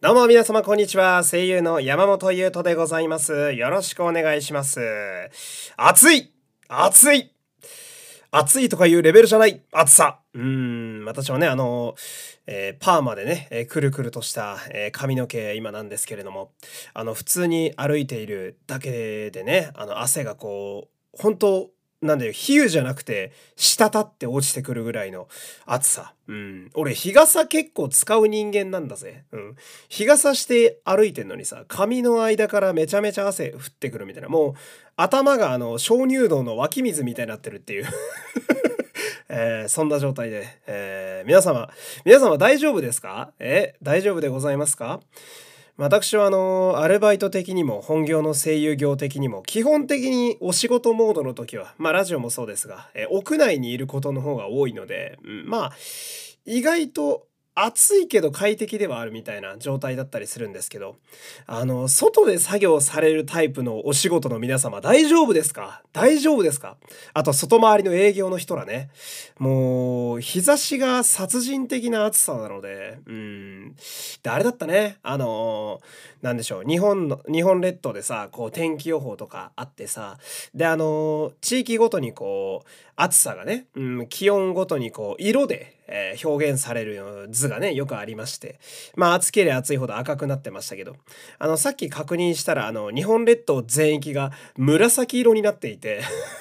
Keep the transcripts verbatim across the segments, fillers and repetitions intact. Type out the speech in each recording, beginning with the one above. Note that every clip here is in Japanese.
どうも皆様こんにちは。声優の山本優斗でございます。よろしくお願いします。暑い暑い暑いとかいうレベルじゃない暑さ。うーん、私はね、あの、えーパーマでね、えーくるくるとした、えー髪の毛今なんですけれども、あの、普通に歩いているだけでね、あの、汗がこう、本当なんだよ、比喩じゃなくて、滴って落ちてくるぐらいの暑さ。うん。俺、日傘結構使う人間なんだぜ。うん。日傘して歩いてんのにさ、髪の間からめちゃめちゃ汗降ってくるみたいな。もう、頭があの、鍾乳洞の湧き水みたいになってるっていうえーそんな状態で、えー皆様、皆様大丈夫ですか？え、大丈夫でございますか？私はあの、アルバイト的にも本業の声優業的にも基本的にお仕事モードの時は、まあラジオもそうですが、えー屋内にいることの方が多いので、うん、まあ、意外と暑いけど快適ではあるみたいな状態だったりするんですけど、あの、外で作業されるタイプのお仕事の皆様大丈夫ですか？大丈夫ですか？あと、外回りの営業の人らね。もう、日差しが殺人的な暑さなので、うん。で、あれだったね。あの、なんでしょう。日本の、日本列島でさ、こう、天気予報とかあってさ、で、あの、地域ごとにこう、暑さがね、うん、気温ごとにこう、色で、えー表現される図がね、よくありまして。まあ、暑ければ暑いほど赤くなってましたけど、あの、さっき確認したら、あの、日本列島全域が紫色になっていて、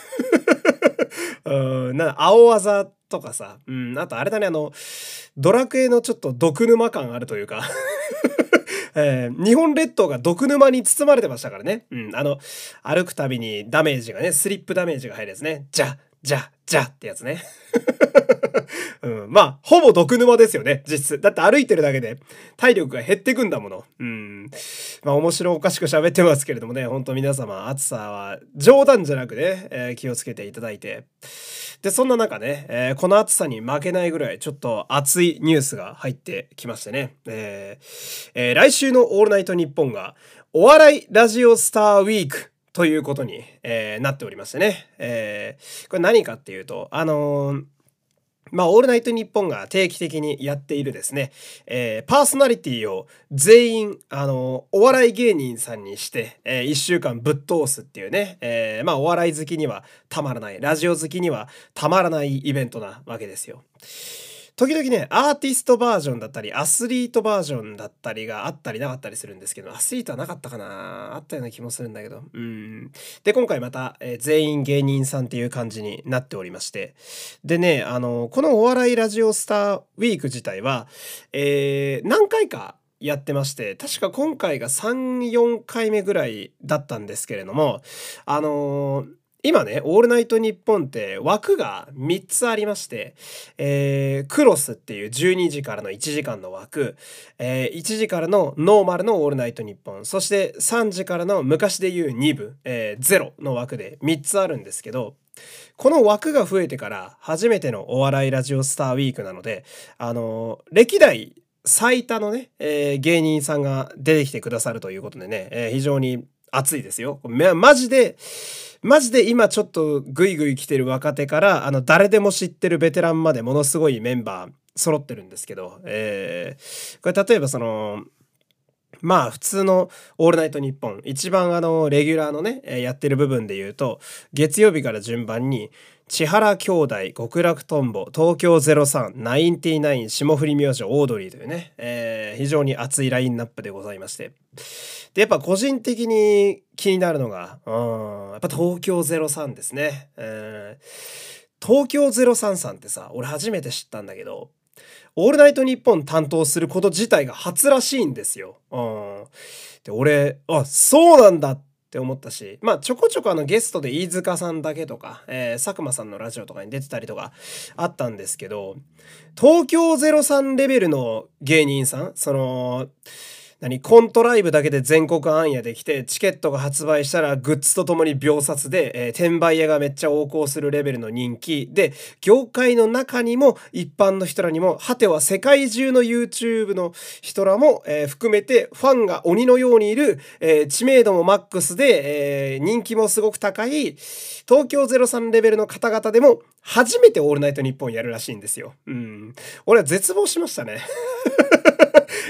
うん、な、青あざとかさ、うん、あとあれだね、あの、ドラクエのちょっと毒沼感あるというかえー日本列島が毒沼に包まれてましたからね。うん、あの、歩くたびにダメージがね、スリップダメージが入るやつね。じゃ、じゃ、じゃってやつね。うん、まあ、ほぼ毒沼ですよね、実質。だって歩いてるだけで体力が減ってくんだもの。うん。まあ、面白おかしく喋ってますけれどもね、本当皆様、暑さは冗談じゃなくね、えー気をつけていただいて。で、そんな中ね、えーこの暑さに負けないぐらい、ちょっと熱いニュースが入ってきましてね。えーえー来週のオールナイトニッポンが、お笑いラジオスターウィークということに、えーなっておりましてね。えーこれ何かっていうと、あのーまあ、オールナイトニッポンが定期的にやっているですね、えーパーソナリティを全員、あの、お笑い芸人さんにして、えー、いっしゅうかんぶっ通すっていうね、えーまあ、お笑い好きにはたまらない、ラジオ好きにはたまらないイベントなわけですよ。時々ね、アーティストバージョンだったり、アスリートバージョンだったりがあったりなかったりするんですけど、アスリートはなかったかなあったような気もするんだけど。うん。で、今回また、えー全員芸人さんっていう感じになっておりまして。でね、あの、このお笑いラジオスターウィーク自体は、えー何回かやってまして、確か今回がさん、よんかいめぐらいだったんですけれども、あのー今ね、オールナイトニッポンって枠がみっつありまして、えークロスっていうじゅうにじからのいちじかんの枠、えーいちじからのノーマルのオールナイトニッポン、そしてさんじからの昔で言うに部、えーゼロの枠でみっつあるんですけど、この枠が増えてから初めてのお笑いラジオスターウィークなので、あのー歴代最多のね、えー芸人さんが出てきてくださるということでね、えー非常に熱いですよ。めマジで、マジで今ちょっとグイグイ来てる若手から、あの、誰でも知ってるベテランまでものすごいメンバー揃ってるんですけど、えーこれ例えばその、まあ普通のオールナイトニッポン、一番あの、レギュラーのね、えーやってる部分で言うと、月曜日から順番に、千原兄弟、極楽とんぼ、東京ゼロさん、ナインティナイン、霜降り明星、オードリーというね、えー非常に熱いラインナップでございまして。で、やっぱ個人的に気になるのが、うん、やっぱ東京ゼロさんですね。うん東京ゼロさんさんってさ、俺初めて知ったんだけど、オールナイトニッポン担当すること自体が初らしいんですよ。うん。で、俺、あ、そうなんだって思ったし、まあ、ちょこちょこあのゲストで飯塚さんだけとか、えー佐久間さんのラジオとかに出てたりとかあったんですけど、東京ゼロさんレベルの芸人さん、その、何コントライブだけで全国暗夜できて、チケットが発売したらグッズとともに秒殺で、えー転売屋がめっちゃ横行するレベルの人気で、業界の中にも一般の人らにも、果ては世界中の YouTube の人らも、えー含めてファンが鬼のようにいる、えー知名度もマックスで、えー人気もすごく高い東京ゼロさんレベルの方々でも初めてオールナイトニッポンやるらしいんですよ。うん。俺は絶望しましたね。え、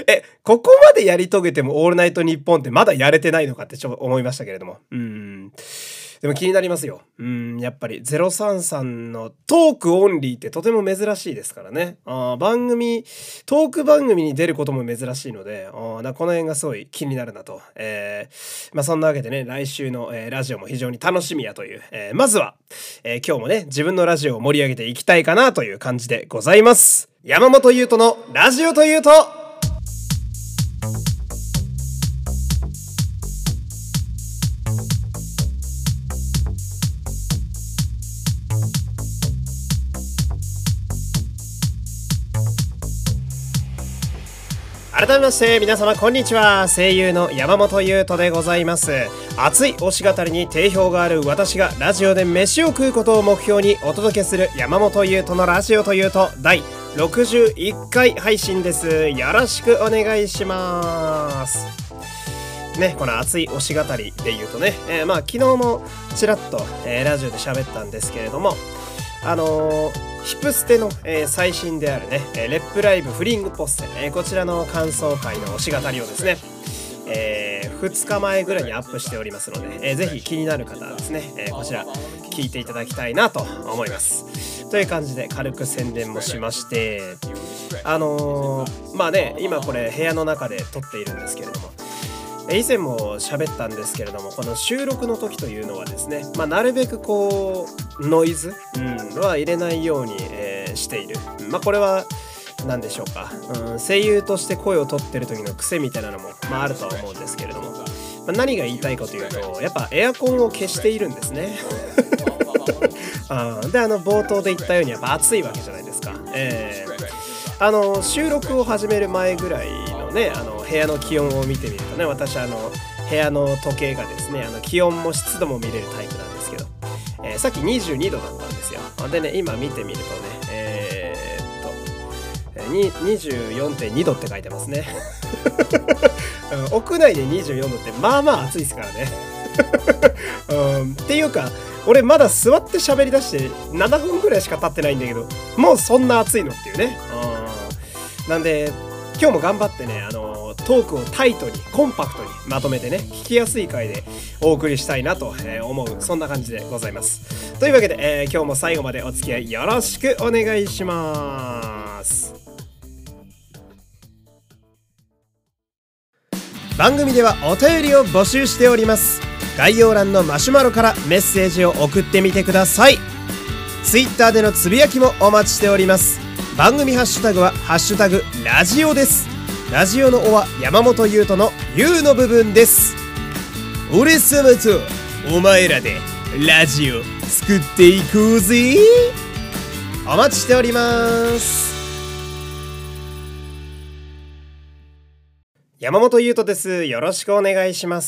ここまでやり遂げてもオールナイトニッポンってまだやれてないのかってちょっと思いましたけれども。うん。でも気になりますよ。うん、やっぱりゼロさんさんのトークオンリーってとても珍しいですからね。あ番組、トーク番組に出ることも珍しいので、あなこの辺がすごい気になるなと。えー、まあそんなわけでね、来週の、えー、ラジオも非常に楽しみやという。えー、まずは、えー、今日もね、自分のラジオを盛り上げていきたいかなという感じでございます。山本優斗のラジオというと、改めまして皆様こんにちは。声優の山本優斗でございます。熱い推し語りに定評がある私がラジオで飯を食うことを目標にお届けする山本優斗のラジオというとだいろくじゅういっかい配信です。よろしくお願いしますね。この熱い推し語りで言うとね、えー、まあ昨日もちらっと、えー、ラジオで喋ったんですけれども、あのーヒプステの、えー、最新であるね、えー、レップライブフリングポッセ、えー、こちらの感想会の推し語りをですね、えー、ふつかまえぐらいにアップしておりますので、えー、ぜひ気になる方はですね、えー、こちら聞いていただきたいなと思います。という感じで軽く宣伝もしまして、あのー、まあね、今これ部屋の中で撮っているんですけれども、以前も喋ったんですけれども、この収録の時というのはですね、まあ、なるべくこうノイズ、うん、は入れないように、えー、している。まあこれは何でしょうか、うん、声優として声を取ってる時の癖みたいなのも、まあ、あるとは思うんですけれども、まあ、何が言いたいかというと、やっぱエアコンを消しているんですねあであの冒頭で言ったようにやっぱ暑いわけじゃないですか。えー、あの収録を始める前ぐらいのね、あの部屋の気温を見てみるとね、私あの部屋の時計がですね、あの気温も湿度も見れるタイプなんですけど、えー、さっきにじゅうにどだったんですよ。でね、今見てみるとね、えー、っとに にじゅうよんてんにどって書いてますね屋内でにじゅうよんどってまあまあ暑いですからねうん、っていうか俺まだ座って喋り出してななふんぐらいしか経ってないんだけど、もうそんな暑いのっていうね。うん、なんで今日も頑張ってね、あのトークをタイトにコンパクトにまとめてね、聞きやすい回でお送りしたいなと思う、そんな感じでございます。というわけで、えー、今日も最後までお付き合いよろしくお願いします。番組ではお便りを募集しております。概要欄のマシュマロからメッセージを送ってみてください。ツイッターでのつぶやきもお待ちしております。番組ハッシュタグはハッシュタグラジオです。ラジオのおは山本優斗の優の部分です。俺様とお前らでラジオ作っていこうぜ。お待ちしております。山本優斗です。よろしくお願いします。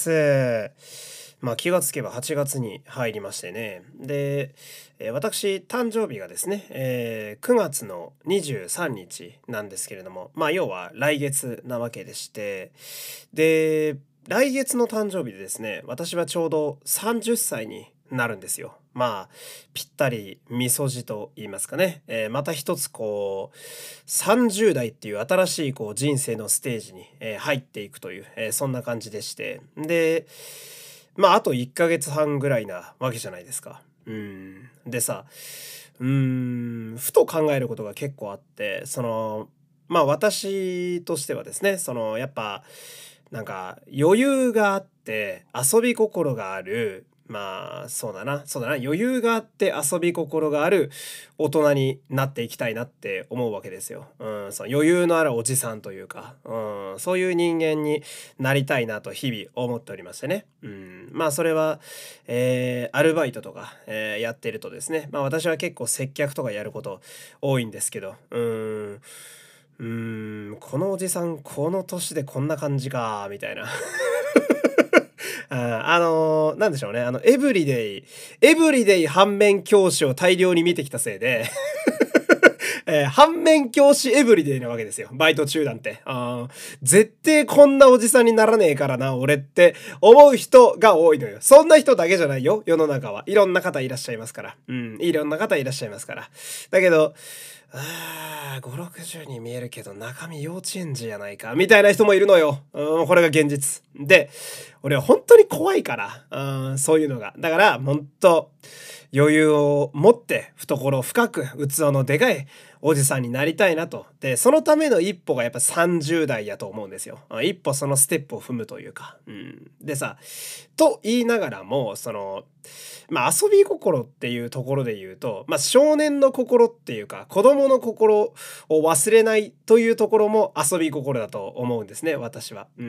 まあ気がつけばはちがつに入りましてね。で、えー、私誕生日がですね、えー、くがつのにじゅうさんにちなんですけれども、まあ要は来月なわけでして、で来月の誕生日でですね、私はちょうどさんじゅっさいになるんですよ。まあぴったりみそじと言いますかね、えー、また一つこうさんじゅうだいっていう新しいこう人生のステージに、えー、入っていくという、えー、そんな感じでして、でまああといっかげつはんぐらいなわけじゃないですか。うんでさ、うーんふと考えることが結構あって、そのまあ私としてはですね、そのやっぱなんか余裕があって遊び心がある、まあそうだなそうだな余裕があって遊び心がある大人になっていきたいなって思うわけですよ。うん、その余裕のあるおじさんというか、うん、そういう人間になりたいなと日々思っておりましてね。うん、まあそれは、えーアルバイトとか、えーやってるとですね、まあ私は結構接客とかやること多いんですけど、うん、うーんこのおじさんこの年でこんな感じかみたいなああのーなんでしょうね、あのエブリデイエブリデイ反面教師を大量に見てきたせいでえー反面教師エブリデイなわけですよ、バイト中なんて。あー絶対こんなおじさんにならねえからな俺って思う人が多いのよ。そんな人だけじゃないよ、世の中はいろんな方いらっしゃいますから。うんいろんな方いらっしゃいますから。だけどあー、ご、ろくじゅうに見えるけど中身幼稚園児やないか、みたいな人もいるのよ。うん、これが現実。で、俺は本当に怖いから、うん、そういうのが。だから、本当余裕を持って懐深く器のでかいおじさんになりたいなと。で、そのための一歩がやっぱさんじゅう代やと思うんですよ。一歩そのステップを踏むというか。うん、でさ、と言いながらも、その、まあ遊び心っていうところで言うと、まあ少年の心っていうか子供の心を忘れないというところも遊び心だと思うんですね、私は。うん。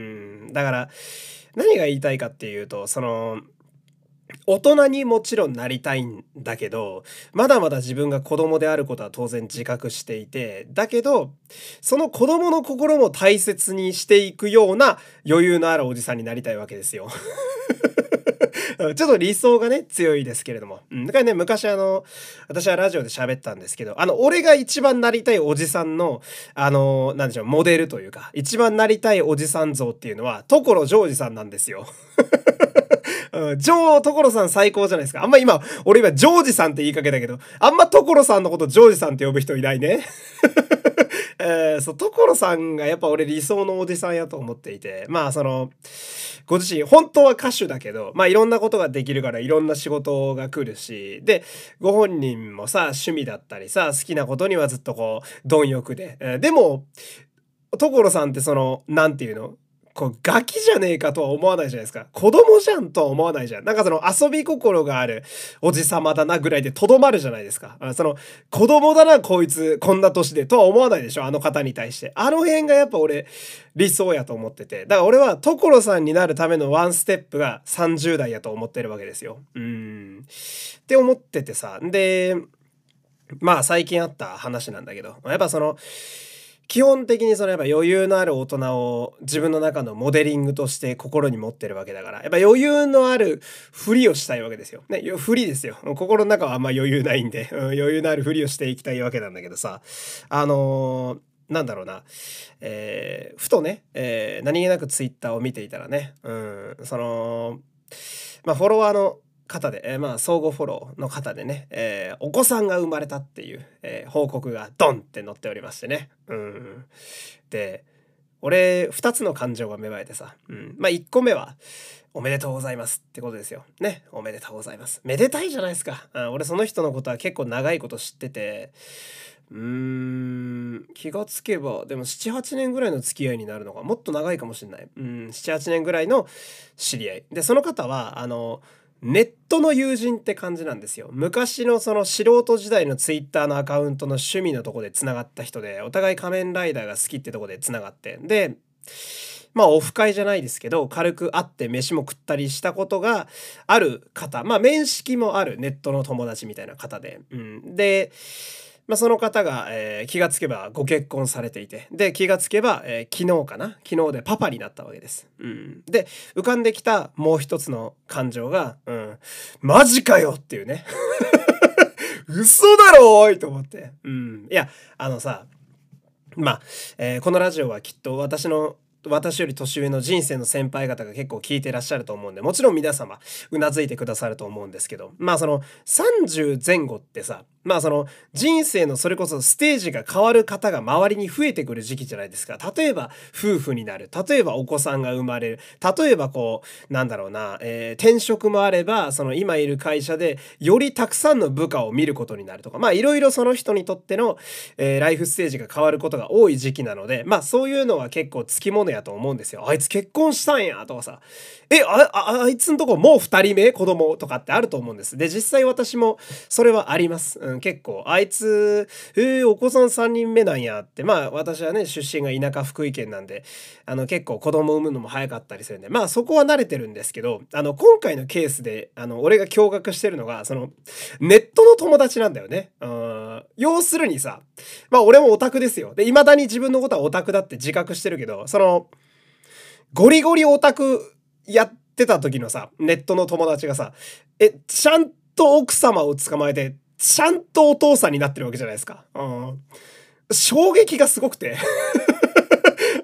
だから何が言いたいかっていうと、その、大人にもちろんなりたいんだけど、まだまだ自分が子供であることは当然自覚していて、だけど、その子供の心も大切にしていくような余裕のあるおじさんになりたいわけですよ。ちょっと理想がね、強いですけれども。うん。だからね、昔あの、私はラジオで喋ったんですけど、あの、俺が一番なりたいおじさんの、あの、なんでしょう、モデルというか、一番なりたいおじさん像っていうのは、所ジョージさんなんですよ。うん、ジョー、所さん最高じゃないですか。あんま今、俺今、ジョージさんって言いかけたけど、あんま所さんのことジョージさんって呼ぶ人いないね。えー、そう、所さんがやっぱ俺理想のおじさんやと思っていて、まあその、ご自身、本当は歌手だけど、まあいろんなことができるからいろんな仕事が来るし、で、ご本人もさ、趣味だったりさ、好きなことにはずっとこう、貪欲で。えーでも、所さんってその、なんていうのこう、ガキじゃねえかとは思わないじゃないですか。子供じゃんとは思わないじゃん。なんかその遊び心があるおじさまだなぐらいでとどまるじゃないですか。あその、子供だなこいつ、こんな年でとは思わないでしょ。あの方に対して。あの辺がやっぱ俺、理想やと思ってて。だから俺は所さんになるためのワンステップがさんじゅう代やと思ってるわけですよ。うーん。って思っててさ。で、まあ最近あった話なんだけど、やっぱその、基本的にそのやっぱ余裕のある大人を自分の中のモデリングとして心に持ってるわけだから、やっぱ余裕のあるふりをしたいわけですよ。ね、ふりですよ。心の中はあんま余裕ないんで、うん、余裕のあるふりをしていきたいわけなんだけどさ、あのーなんだろうな、えーふとね、えー何気なくツイッターを見ていたらね、うん、その、まあフォロワーの方で、えーまあ相互フォローの方でね、えーお子さんが生まれたっていう、えー報告がドンって載っておりましてね。うん。で、俺ふたつの感情が芽生えてさ、うん、まあいっこめはおめでとうございますってことですよ。ね、おめでとうございます。めでたいじゃないですか。うん、俺その人のことは結構長いこと知ってて、うーん、気がつけば、でもなな、はちねんぐらいの付き合いになるのか、もっと長いかもしれない。うん、なな、はちねんぐらいの知り合い。で、その方は、あの、ネットの友人って感じなんですよ。昔のその素人時代のツイッターのアカウントの趣味のとこで繋がった人で、お互い仮面ライダーが好きってとこで繋がって。で、まあオフ会じゃないですけど、軽く会って飯も食ったりしたことがある方。まあ面識もあるネットの友達みたいな方で。うん。で、まあ、その方が、えー気がつけばご結婚されていて、で、気がつけば、えー昨日かな昨日でパパになったわけです。うん。で、浮かんできたもう一つの感情が、うん、マジかよっていうね。嘘だろおいと思って。うん。いや、あのさ、まあ、えーこのラジオはきっと私の私より年上の人生の先輩方が結構聞いてらっしゃると思うんで、もちろん皆様うなずいてくださると思うんですけど、まあそのさんじゅう前後ってさ、まあその人生のそれこそステージが変わる方が周りに増えてくる時期じゃないですか。例えば夫婦になる。例えばお子さんが生まれる。例えばこう、なんだろうな、えー転職もあれば、その今いる会社でよりたくさんの部下を見ることになるとか、まあいろいろその人にとっての、えーライフステージが変わることが多い時期なので、まあそういうのは結構つきものやと思うんですよ。あいつ結婚したんやとかさ、え、あ、あ、あいつんとこもう二人目子供とかってあると思うんです。で、実際私もそれはあります。うん、結構、あいつ、えーお子さん三人目なんやって、まあ私はね、出身が田舎福井県なんで、あの結構子供産むのも早かったりするんで、まあそこは慣れてるんですけど、あの今回のケースで、あの俺が驚愕してるのが、そのネットの友達なんだよね。うん、要するにさ、まあ俺もオタクですよ。で、未だに自分のことはオタクだって自覚してるけど、その、ゴリゴリオタクやってた時のさ、ネットの友達がさ、え、ちゃんと奥様を捕まえて、ちゃんとお父さんになってるわけじゃないですか。うん。衝撃がすごくて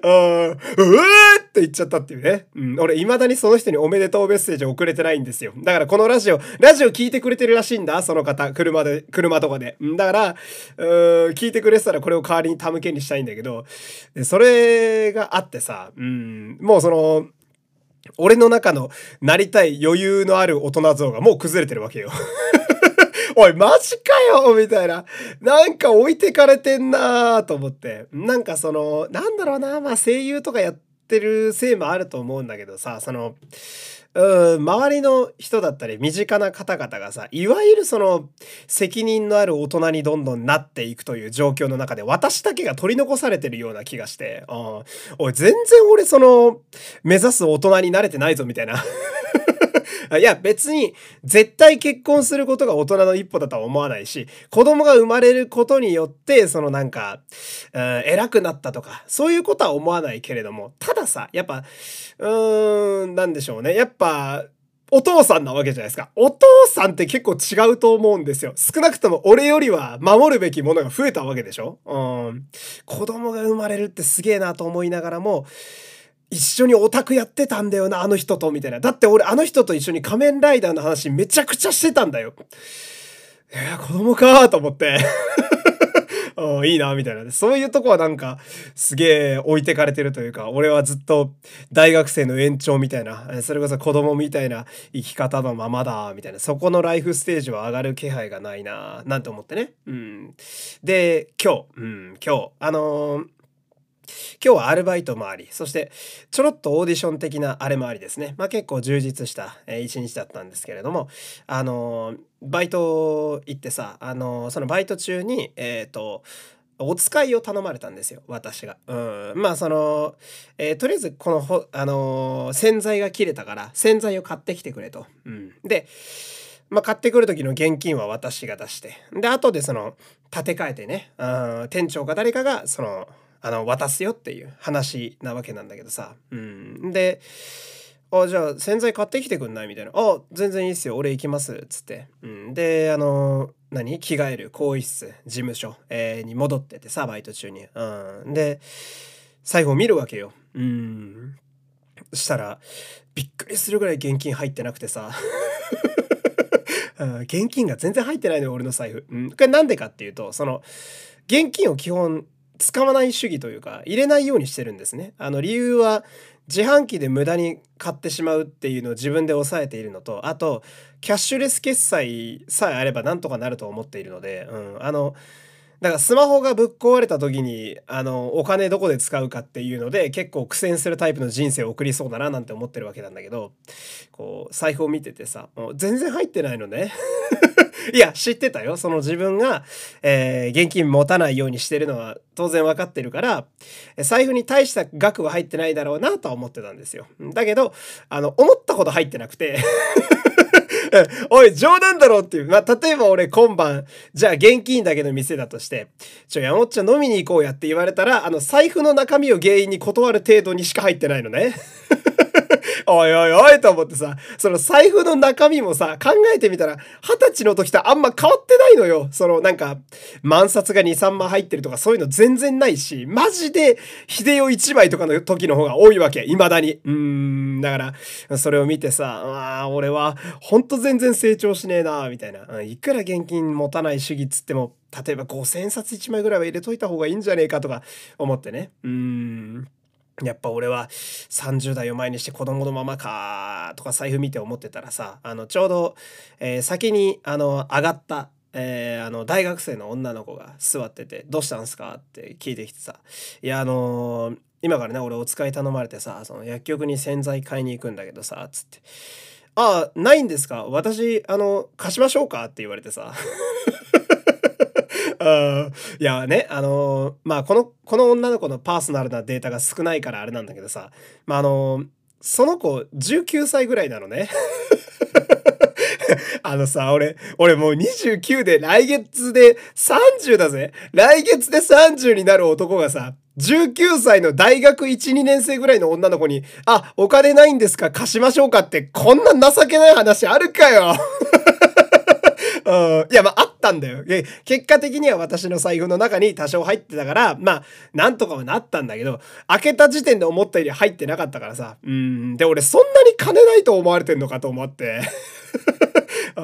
うん、うーって言っちゃったっていうね。うん、俺未だにその人におめでとうメッセージ送れてないんですよ。だからこのラジオ、ラジオ聞いてくれてるらしいんだ、その方。車で、車とかで。うん、だから、うーん、聞いてくれてたらこれを代わりに手向けにしたいんだけど、でそれがあってさ、うん、もうその、俺の中のなりたい余裕のある大人像がもう崩れてるわけよ。おい、マジかよみたいな。なんか置いてかれてんなーと思って。なんかその、なんだろうな、まあ声優とかやってるせいもあると思うんだけどさ、その、うん、周りの人だったり身近な方々がさ、いわゆるその責任のある大人にどんどんなっていくという状況の中で私だけが取り残されてるような気がして、うん、おい、全然俺その目指す大人に慣れてないぞみたいな。いや別に絶対結婚することが大人の一歩だとは思わないし、子供が生まれることによってそのなんか、うん、偉くなったとかそういうことは思わないけれども、たださ、やっぱうーんなんでしょうね、やっぱお父さんなわけじゃないですか。お父さんって結構違うと思うんですよ。少なくとも俺よりは守るべきものが増えたわけでしょ。うん、子供が生まれるってすげえなと思いながらも、一緒にオタクやってたんだよな、あの人と、みたいな。だって俺、あの人と一緒に仮面ライダーの話めちゃくちゃしてたんだよ。いや、子供かーと思って。いいな、みたいな。そういうとこはなんか、すげえ置いてかれてるというか、俺はずっと大学生の延長みたいな、それこそ子供みたいな生き方のままだ、みたいな。そこのライフステージは上がる気配がないな、なんて思ってね。うん。で、今日、うん、今日、あのー今日はアルバイトもあり、そしてちょろっとオーディション的なあれもありですね。まあ結構充実した、えー、一日だったんですけれども、あのーバイト行ってさ、あのーそのバイト中に、えっと、お使いを頼まれたんですよ、私が。うん。まあその、えーとりあえずこのほ、あのー洗剤が切れたから洗剤を買ってきてくれと。うん。で、まあ、買ってくる時の現金は私が出して、で、後でその、立て替えてね、うん、店長か誰かが、その、あの、渡すよっていう話なわけなんだけどさ。うん。で、あ、じゃあ洗剤買ってきてくんないみたいな。あ、全然いいっすよ。俺行きます。つって。うん。で、あの、何着替える更衣室、事務所、えーに戻っててさ、バイト中に。うん。で、財布を見るわけよ。うん。したら、びっくりするぐらい現金入ってなくてさ。うん、現金が全然入ってないのよ、俺の財布。うん。これなんでかっていうと、その、現金を基本使わない主義というか、入れないようにしてるんですね。あの、理由は、自販機で無駄に買ってしまうっていうのを自分で抑えているのと、あと、キャッシュレス決済さえあればなんとかなると思っているので、うん。あの、だからスマホがぶっ壊れた時に、あの、お金どこで使うかっていうので、結構苦戦するタイプの人生を送りそうだななんて思ってるわけなんだけど、こう、財布を見ててさ、もう全然入ってないのね。いや、知ってたよ。その自分が、えー現金持たないようにしてるのは当然わかってるから、え財布に大した額は入ってないだろうなとは思ってたんですよ。だけど、あの、思ったほど入ってなくて、おい、冗談だろっていう。まあ、例えば俺今晩、じゃあ現金だけの店だとして、ちょ、山本ちゃん飲みに行こうやって言われたら、あの、財布の中身を原因に断る程度にしか入ってないのね。おいおいおいと思ってさ、その財布の中身もさ、考えてみたら、二十歳の時とあんま変わってないのよ。そのなんか、万札がに、さんまん入ってるとかそういうの全然ないし、マジで、秀夫一枚とかの時の方が多いわけ。未だに。うーん、だから、それを見てさ、ああ、俺は、ほんと全然成長しねえな、みたいな。うん、いくら現金持たない主義っつっても、例えばごせんさついちまいぐらいは入れといた方がいいんじゃねえかとか思ってね。うーん。やっぱ俺はさんじゅう代を前にして子供のままかとか財布見て思ってたらさ、あのちょうど、えー先にあの上がった、えーあの大学生の女の子が座ってて「どうしたんすか?」って聞いてきてさ「いやあのー今からね俺お使い頼まれてさその薬局に洗剤買いに行くんだけどさ」つって「ああないんですか私あの貸しましょうか?」って言われてさうん、いやね、あのーまあ、この、この女の子のパーソナルなデータが少ないからあれなんだけどさ、まあ、あのーその子じゅうきゅうさいぐらいなのね。あのさ、俺、俺もうにじゅうきゅうで来月でさんじゅうだぜ。来月でさんじゅうになる男がさ、じゅうきゅうさいの大学いち、にねん生ぐらいの女の子に、あ、お金ないんですか貸しましょうかって、こんな情けない話あるかよ。うん、いや、まあ、あっったんだよ。で、結果的には私の財布の中に多少入ってたから、まあ、なんとかはなったんだけど、開けた時点で思ったより入ってなかったからさ。うん。で、俺そんなに金ないと思われてんのかと思って。うん。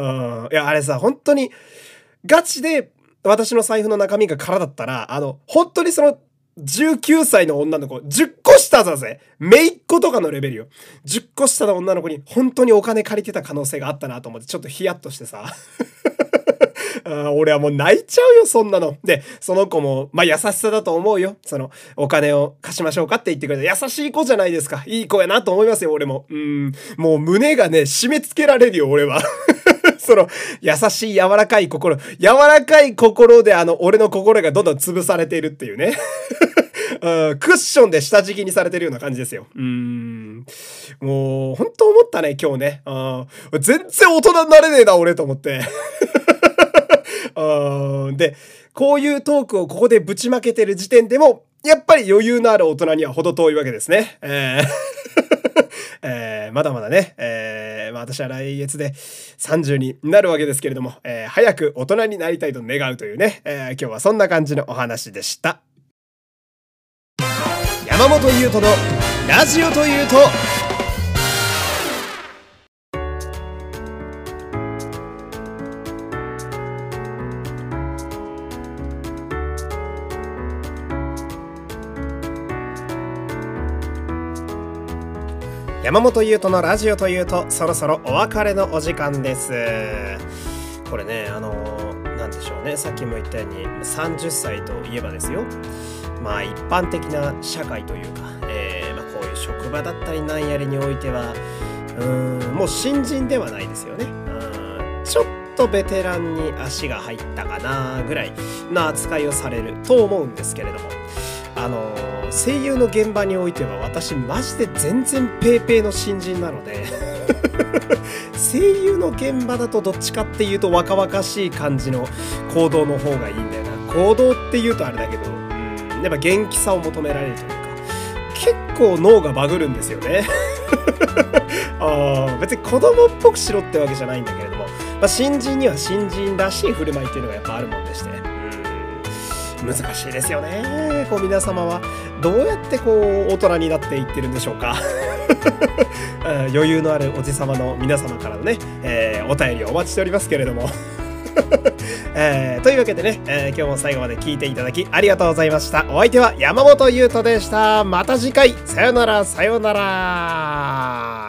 いや、あれさ、本当に、ガチで私の財布の中身が空だったら、あの、本当にその、じゅうきゅうさいの女の子、じゅっこ下だぜ。姪っ子とかのレベルよ。じゅっこ下の女の子に本当にお金借りてた可能性があったなと思って、ちょっとヒヤッとしてさ。あ、俺はもう泣いちゃうよ、そんなの。で、その子も、まあ、優しさだと思うよ。その、お金を貸しましょうかって言ってくれた優しい子じゃないですか。いい子やなと思いますよ、俺も。うん、もう胸がね、締め付けられるよ、俺は。その、優しい柔らかい心。柔らかい心で、あの、俺の心がどんどん潰されているっていうね。うん、クッションで下敷きにされてるような感じですよ。うーん。もう、本当思ったね、今日ね。あ、全然大人になれねえな、俺と思って。あ、で、こういうトークをここでぶちまけてる時点でも、やっぱり余裕のある大人には程遠いわけですね。えーえー、まだまだね、えーまあ、私は来月でさんじゅうになるわけですけれども、えー、早く大人になりたいと願うというね、えー、今日はそんな感じのお話でした。山本優斗のラジオというと。山本優斗のラジオというと、そろそろお別れのお時間です。これね、あのー、なんでしょうね、さっきも言ったようにさんじゅっさいといえばですよ、まあ一般的な社会というか、えーまあ、こういう職場だったりなんやりにおいては、うーん、もう新人ではないですよね。うん、ちょっとベテランに足が入ったかなぐらいな扱いをされると思うんですけれども、あのー声優の現場においては私マジで全然ペーペーの新人なので声優の現場だとどっちかっていうと若々しい感じの行動の方がいいんだよな。行動っていうとあれだけど、うん、やっぱ元気さを求められるというか、結構脳がバグるんですよねあ、別に子供っぽくしろってわけじゃないんだけれども、まあ、新人には新人らしい振る舞いっていうのがやっぱあるもんでして、難しいですよね。こう皆様はどうやってこう大人になっていってるんでしょうか余裕のあるおじさまの皆様からのね、えー、お便りをお待ちしておりますけれども、えー、というわけでね、えー、今日も最後まで聞いていただきありがとうございました。お相手は山本優斗でした。また次回、さよならさよなら。